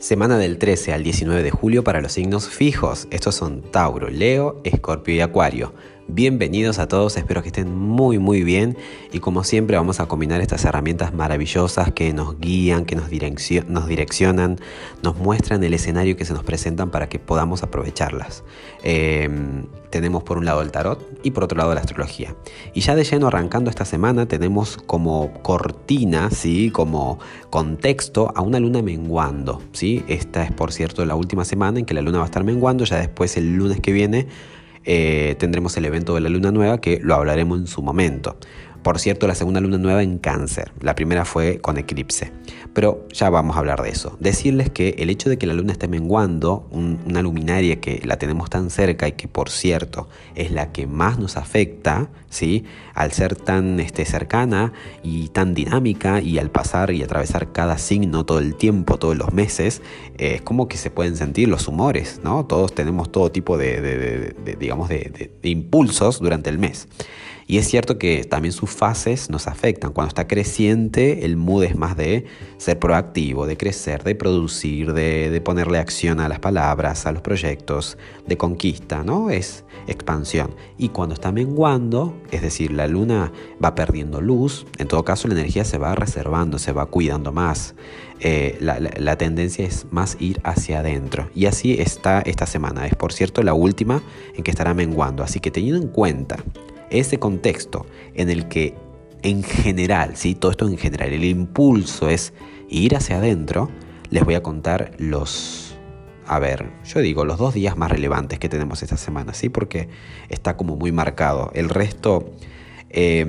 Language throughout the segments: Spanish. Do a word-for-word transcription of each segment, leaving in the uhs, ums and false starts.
Semana del trece al diecinueve de julio para los signos fijos. Estos son Tauro, Leo, Escorpio y Acuario. Bienvenidos a todos, espero que estén muy muy bien y como siempre vamos a combinar estas herramientas maravillosas que nos guían, que nos, direccio- nos direccionan, nos muestran el escenario que se nos presentan para que podamos aprovecharlas. Eh, tenemos por un lado el tarot y por otro lado la astrología. Y ya de lleno arrancando esta semana tenemos como cortina, ¿sí? Como contexto a una luna menguando, ¿sí? Esta es por cierto la última semana en que la luna va a estar menguando, ya después el lunes que viene Eh, tendremos el evento de la luna nueva que lo hablaremos en su momento. Por cierto, la segunda luna nueva en Cáncer, la primera fue con eclipse, pero ya vamos a hablar de eso. Decirles que el hecho de que la luna esté menguando, un, una luminaria que la tenemos tan cerca y que por cierto es la que más nos afecta, ¿sí? Al ser tan este, cercana y tan dinámica y al pasar y atravesar cada signo todo el tiempo, todos los meses, eh, es como que se pueden sentir los humores, ¿no? Todos tenemos todo tipo de, de, de, de digamos, de, de, de impulsos durante el mes. Y es cierto que también sus fases nos afectan. Cuando está creciente, el mood es más de ser proactivo, de crecer, de producir, de, de ponerle acción a las palabras, a los proyectos, de conquista, ¿no? Es expansión. Y cuando está menguando, es decir, la luna va perdiendo luz, en todo caso la energía se va reservando, se va cuidando más. Eh, la, la, la tendencia es más ir hacia adentro. Y así está esta semana. Es, por cierto, la última en que estará menguando. Así que teniendo en cuenta ese contexto en el que en general, ¿sí? Todo esto en general, el impulso es ir hacia adentro, les voy a contar los, a ver, yo digo los dos días más relevantes que tenemos esta semana, ¿sí? Porque está como muy marcado. El resto eh,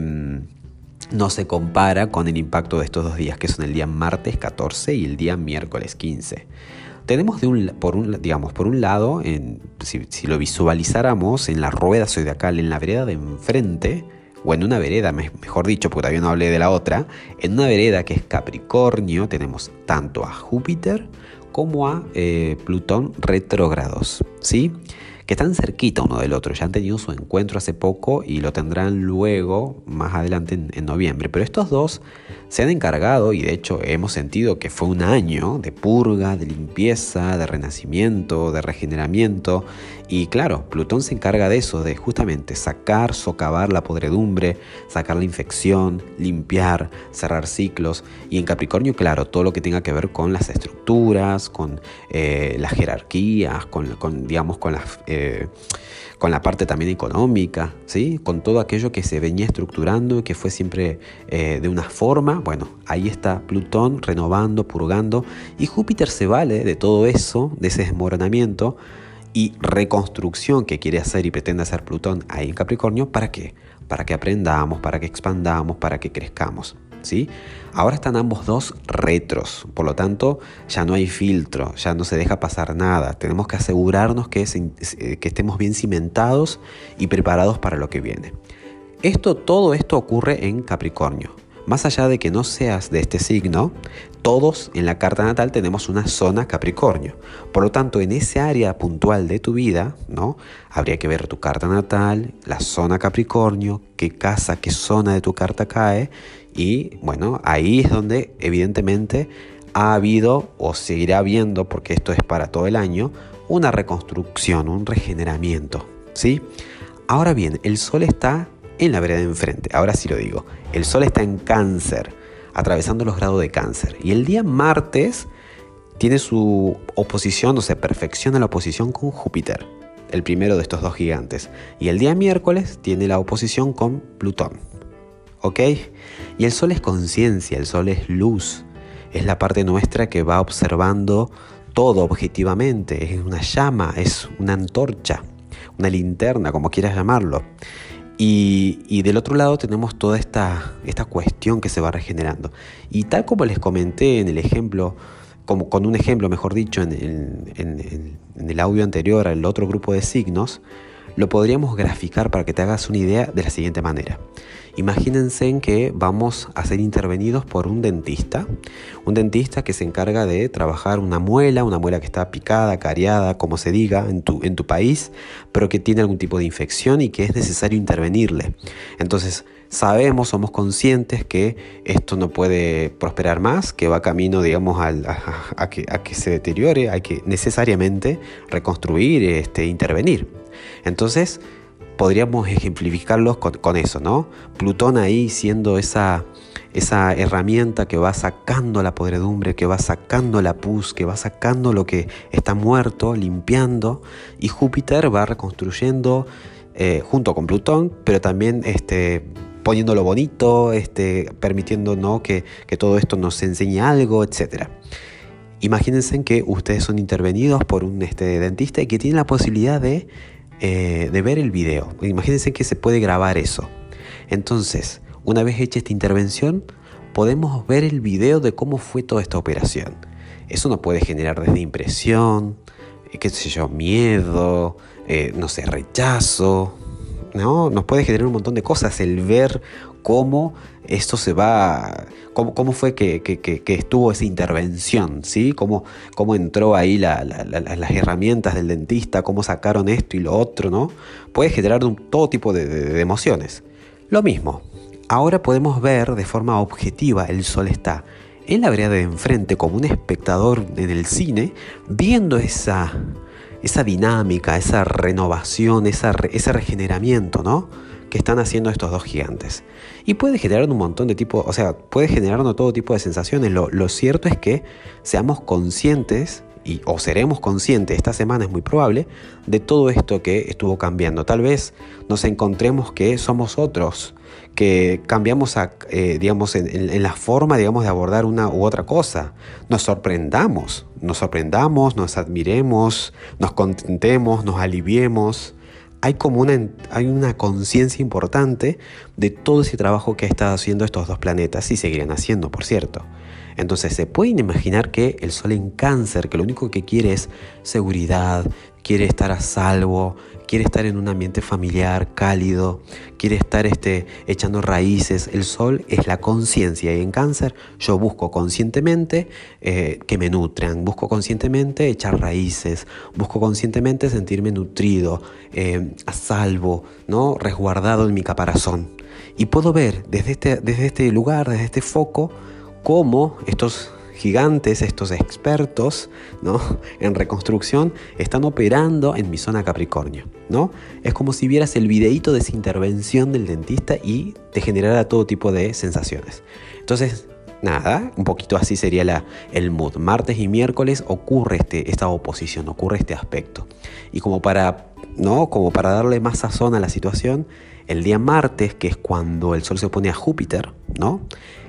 no se compara con el impacto de estos dos días, que son el día martes catorce y el día miércoles quince. Tenemos de un, por, un, digamos, por un lado, en, si, si lo visualizáramos en la rueda zodiacal, en la vereda de enfrente, o en una vereda, mejor dicho, porque todavía no hablé de la otra, en una vereda que es Capricornio, tenemos tanto a Júpiter como a eh, Plutón retrógrados, ¿sí? Que están cerquita uno del otro, ya han tenido su encuentro hace poco y lo tendrán luego, más adelante en, en noviembre. Pero estos dos se han encargado, y de hecho hemos sentido que fue un año de purga, de limpieza, de renacimiento, de regeneramiento. Y claro, Plutón se encarga de eso, de justamente sacar, socavar la podredumbre, sacar la infección, limpiar, cerrar ciclos. Y en Capricornio, claro, todo lo que tenga que ver con las estructuras, con eh, las jerarquías, con, con digamos, con las... Eh, Eh, con la parte también económica, ¿sí? Con todo aquello que se venía estructurando y que fue siempre eh, de una forma. Bueno, ahí está Plutón renovando, purgando, y Júpiter se vale de todo eso, de ese desmoronamiento y reconstrucción que quiere hacer y pretende hacer Plutón ahí en Capricornio. ¿Para qué? Para que aprendamos, para que expandamos, para que crezcamos, ¿sí? Ahora están ambos dos retros, por lo tanto ya no hay filtro, ya no se deja pasar nada. Tenemos que asegurarnos que, se, que estemos bien cimentados y preparados para lo que viene. Esto, todo esto ocurre en Capricornio. Más allá de que no seas de este signo, todos en la carta natal tenemos una zona Capricornio. Por lo tanto, en ese área puntual de tu vida, ¿no? Habría que ver tu carta natal, la zona Capricornio, qué casa, qué zona de tu carta cae. Y bueno, ahí es donde evidentemente ha habido o seguirá habiendo, porque esto es para todo el año, una reconstrucción, un regeneramiento, ¿sí? Ahora bien, el Sol está en la vereda de enfrente, ahora sí lo digo. El Sol está en Cáncer, atravesando los grados de Cáncer. Y el día martes tiene su oposición, o se perfecciona la oposición con Júpiter, el primero de estos dos gigantes. Y el día miércoles tiene la oposición con Plutón. ¿Ok? Y el Sol es conciencia, el Sol es luz, es la parte nuestra que va observando todo objetivamente, es una llama, es una antorcha, una linterna, como quieras llamarlo. Y, y del otro lado tenemos toda esta, esta cuestión que se va regenerando. Y tal como les comenté en el ejemplo, como con un ejemplo, mejor dicho, en, en, en, en el audio anterior, al otro grupo de signos, lo podríamos graficar para que te hagas una idea de la siguiente manera. Imagínense en que vamos a ser intervenidos por un dentista, un dentista que se encarga de trabajar una muela, una muela que está picada, cariada, como se diga en tu, en tu país, pero que tiene algún tipo de infección y que es necesario intervenirle. Entonces, sabemos, somos conscientes que esto no puede prosperar más, que va camino, digamos, al, a, a, que, a que se deteriore, hay que necesariamente reconstruir, este, intervenir. Entonces, podríamos ejemplificarlos con, con eso, ¿no? Plutón ahí siendo esa, esa herramienta que va sacando la podredumbre, que va sacando la pus, que va sacando lo que está muerto, limpiando, y Júpiter va reconstruyendo eh, junto con Plutón, pero también este, poniéndolo bonito, este, permitiendo, ¿no?, que, que todo esto nos enseñe algo, etcétera. Imagínense que ustedes son intervenidos por un este, dentista y que tienen la posibilidad de Eh, de ver el video. Imagínense que se puede grabar eso. Entonces, una vez hecha esta intervención, podemos ver el video de cómo fue toda esta operación. Eso nos puede generar desde impresión, eh, qué sé yo, miedo, eh, no sé, rechazo, ¿no? Nos puede generar un montón de cosas el ver cómo esto se va, cómo, cómo fue que, que, que, que estuvo esa intervención, ¿sí? Cómo, cómo entró ahí la, la, la, las herramientas del dentista, cómo sacaron esto y lo otro, ¿no? Puede generar un, todo tipo de, de, de emociones. Lo mismo, ahora podemos ver de forma objetiva, el sol está en la vereda de enfrente como un espectador en el cine, viendo esa, esa dinámica, esa renovación, esa, ese regeneramiento, ¿no?, que están haciendo estos dos gigantes. Y puede generar un montón de tipos, o sea, puede generarnos todo tipo de sensaciones. Lo, lo cierto es que seamos conscientes, y, o seremos conscientes, esta semana es muy probable, de todo esto que estuvo cambiando. Tal vez nos encontremos que somos otros, que cambiamos a, eh, digamos, en, en, en la forma, digamos, de abordar una u otra cosa. Nos sorprendamos, nos sorprendamos, nos admiremos, nos contentemos, nos aliviemos. Hay como una, hay una conciencia importante de todo ese trabajo que ha estado haciendo estos dos planetas y seguirán haciendo, por cierto. Entonces se pueden imaginar que el Sol en Cáncer, que lo único que quiere es seguridad, quiere estar a salvo, quiere estar en un ambiente familiar, cálido, quiere estar este, echando raíces. El Sol es la conciencia y en Cáncer yo busco conscientemente eh, que me nutran, busco conscientemente echar raíces, busco conscientemente sentirme nutrido, eh, a salvo, ¿no?, resguardado en mi caparazón. Y puedo ver desde este, desde este lugar, desde este foco, cómo estos gigantes, estos expertos, ¿no?, en reconstrucción están operando en mi zona Capricornio, ¿no? Es como si vieras el videíto de esa intervención del dentista y te generara todo tipo de sensaciones. Entonces, nada, un poquito así sería la, el mood. Martes y miércoles ocurre este, esta oposición, ocurre este aspecto. Y como para, ¿no?, como para darle más sazón a la situación, el día martes, que es cuando el Sol se opone a Júpiter, ¿no?,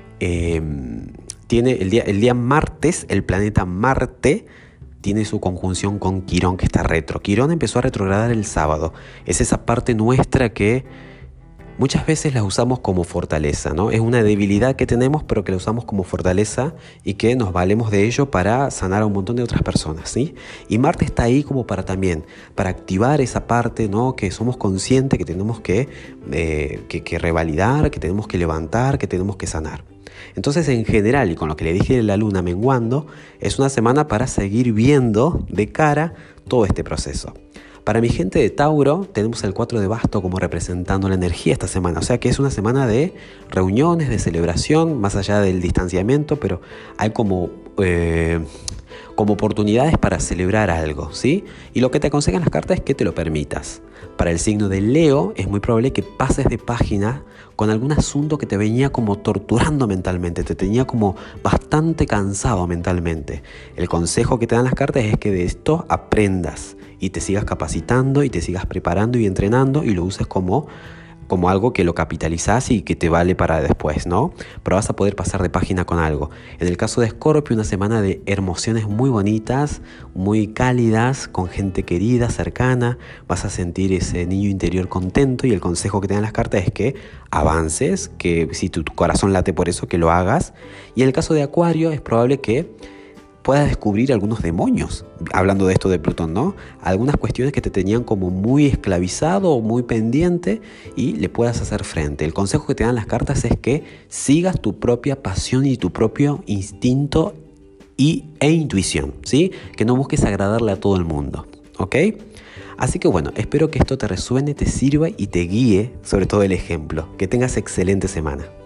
Eh, tiene el día, el día martes, el planeta Marte tiene su conjunción con Quirón, que está retro. Quirón empezó a retrogradar el sábado. Es esa parte nuestra que muchas veces la usamos como fortaleza, ¿no? Es una debilidad que tenemos, pero que la usamos como fortaleza y que nos valemos de ello para sanar a un montón de otras personas, ¿sí? Y Marte está ahí como para también, para activar esa parte, ¿no?, que somos conscientes que tenemos que, eh, que, que revalidar, que tenemos que levantar, que tenemos que sanar. Entonces, en general, y con lo que le dije de la luna menguando, es una semana para seguir viendo de cara todo este proceso. Para mi gente de Tauro, tenemos el cuatro de basto como representando la energía esta semana. O sea que es una semana de reuniones, de celebración, más allá del distanciamiento, pero hay como, eh, como oportunidades para celebrar algo, ¿sí? Y lo que te aconsejan las cartas es que te lo permitas. Para el signo de Leo, es muy probable que pases de página con algún asunto que te venía como torturando mentalmente, te tenía como bastante cansado mentalmente. El consejo que te dan las cartas es que de esto aprendas y te sigas capacitando y te sigas preparando y entrenando y lo uses como, como algo que lo capitalizas y que te vale para después, ¿no? Pero vas a poder pasar de página con algo. En el caso de Escorpio, una semana de emociones muy bonitas, muy cálidas, con gente querida, cercana. Vas a sentir ese niño interior contento y el consejo que te dan las cartas es que avances, que si tu, tu corazón late por eso, que lo hagas. Y en el caso de Acuario, es probable que puedas descubrir algunos demonios, hablando de esto de Plutón, ¿no? Algunas cuestiones que te tenían como muy esclavizado o muy pendiente y le puedas hacer frente. El consejo que te dan las cartas es que sigas tu propia pasión y tu propio instinto y, e intuición, ¿sí? Que no busques agradarle a todo el mundo, ¿ok? Así que bueno, espero que esto te resuene, te sirva y te guíe, sobre todo el ejemplo. Que tengas excelente semana.